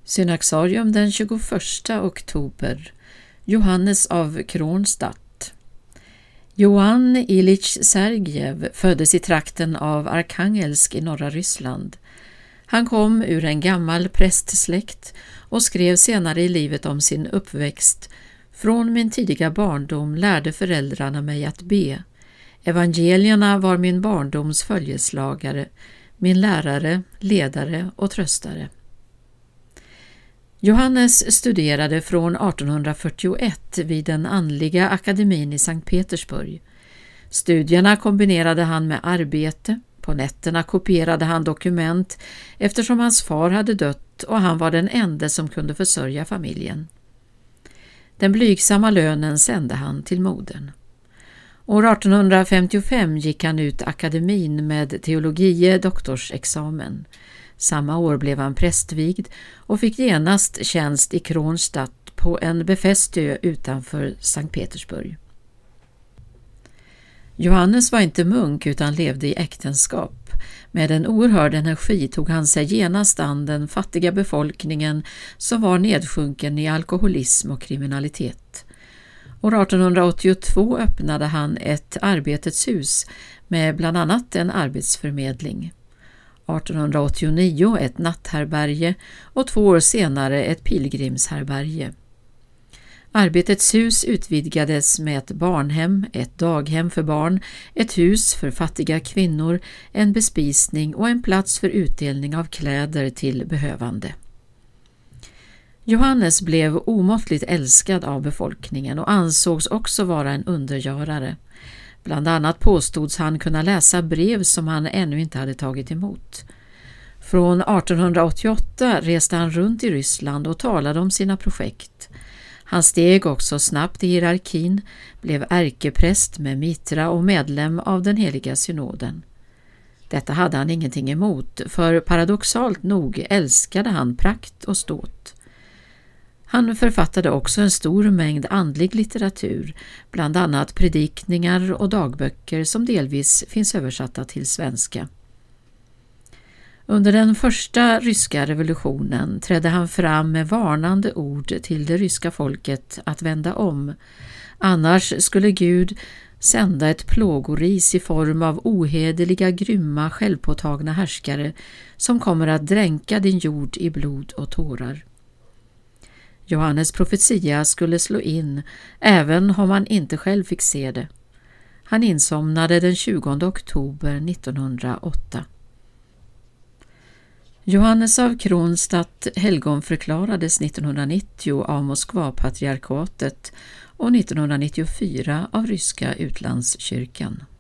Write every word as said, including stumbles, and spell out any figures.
Synaxarium den tjugoförsta oktober. Johannes av Kronstadt. Johann Ilich Sergejev föddes i trakten av Arkhangelsk i norra Ryssland. Han kom ur en gammal prästsläkt och skrev senare i livet om sin uppväxt. Från min tidiga barndom lärde föräldrarna mig att be. Evangelierna var min barndoms följeslagare, min lärare, ledare och tröstare. Johannes studerade från artonhundrafyrtioett vid den andliga akademin i Sankt Petersburg. Studierna kombinerade han med arbete. På nätterna kopierade han dokument eftersom hans far hade dött och han var den enda som kunde försörja familjen. Den blygsamma lönen sände han till modern. År artonhundrafemtiofem gick han ut akademin med teologie doktorsexamen. Samma år blev han prästvigd och fick genast tjänst i Kronstadt på en befäst ö utanför Sankt Petersburg. Johannes var inte munk utan levde i äktenskap. Med en oerhörd energi tog han sig genast an den fattiga befolkningen som var nedsjunken i alkoholism och kriminalitet. År artonhundraåttiotvå öppnade han ett arbetets hus med bland annat en arbetsförmedling. artonhundraåttionio ett natthärberge och två år senare ett pilgrimshärberge. Arbetets hus utvidgades med ett barnhem, ett daghem för barn, ett hus för fattiga kvinnor, en bespisning och en plats för utdelning av kläder till behövande. Johannes blev omåttligt älskad av befolkningen och ansågs också vara en undergörare. Bland annat påstods han kunna läsa brev som han ännu inte hade tagit emot. Från artonhundraåttioåtta reste han runt i Ryssland och talade om sina projekt. Han steg också snabbt i hierarkin, blev ärkepräst med mitra och medlem av den heliga synoden. Detta hade han ingenting emot, för paradoxalt nog älskade han prakt och ståt. Han författade också en stor mängd andlig litteratur, bland annat predikningar och dagböcker som delvis finns översatta till svenska. Under den första ryska revolutionen trädde han fram med varnande ord till det ryska folket att vända om. Annars skulle Gud sända ett plågoris i form av ohederliga, grymma, självpåtagna härskare som kommer att dränka din jord i blod och tårar. Johannes profetia skulle slå in, även om han inte själv fick se det. Han insomnade den tjugonde oktober nittonhundraåtta. Johannes av Kronstadt helgonförklarades nittonhundranittio av Moskva-patriarkatet och nittonhundranittiofyra av ryska utlandskyrkan.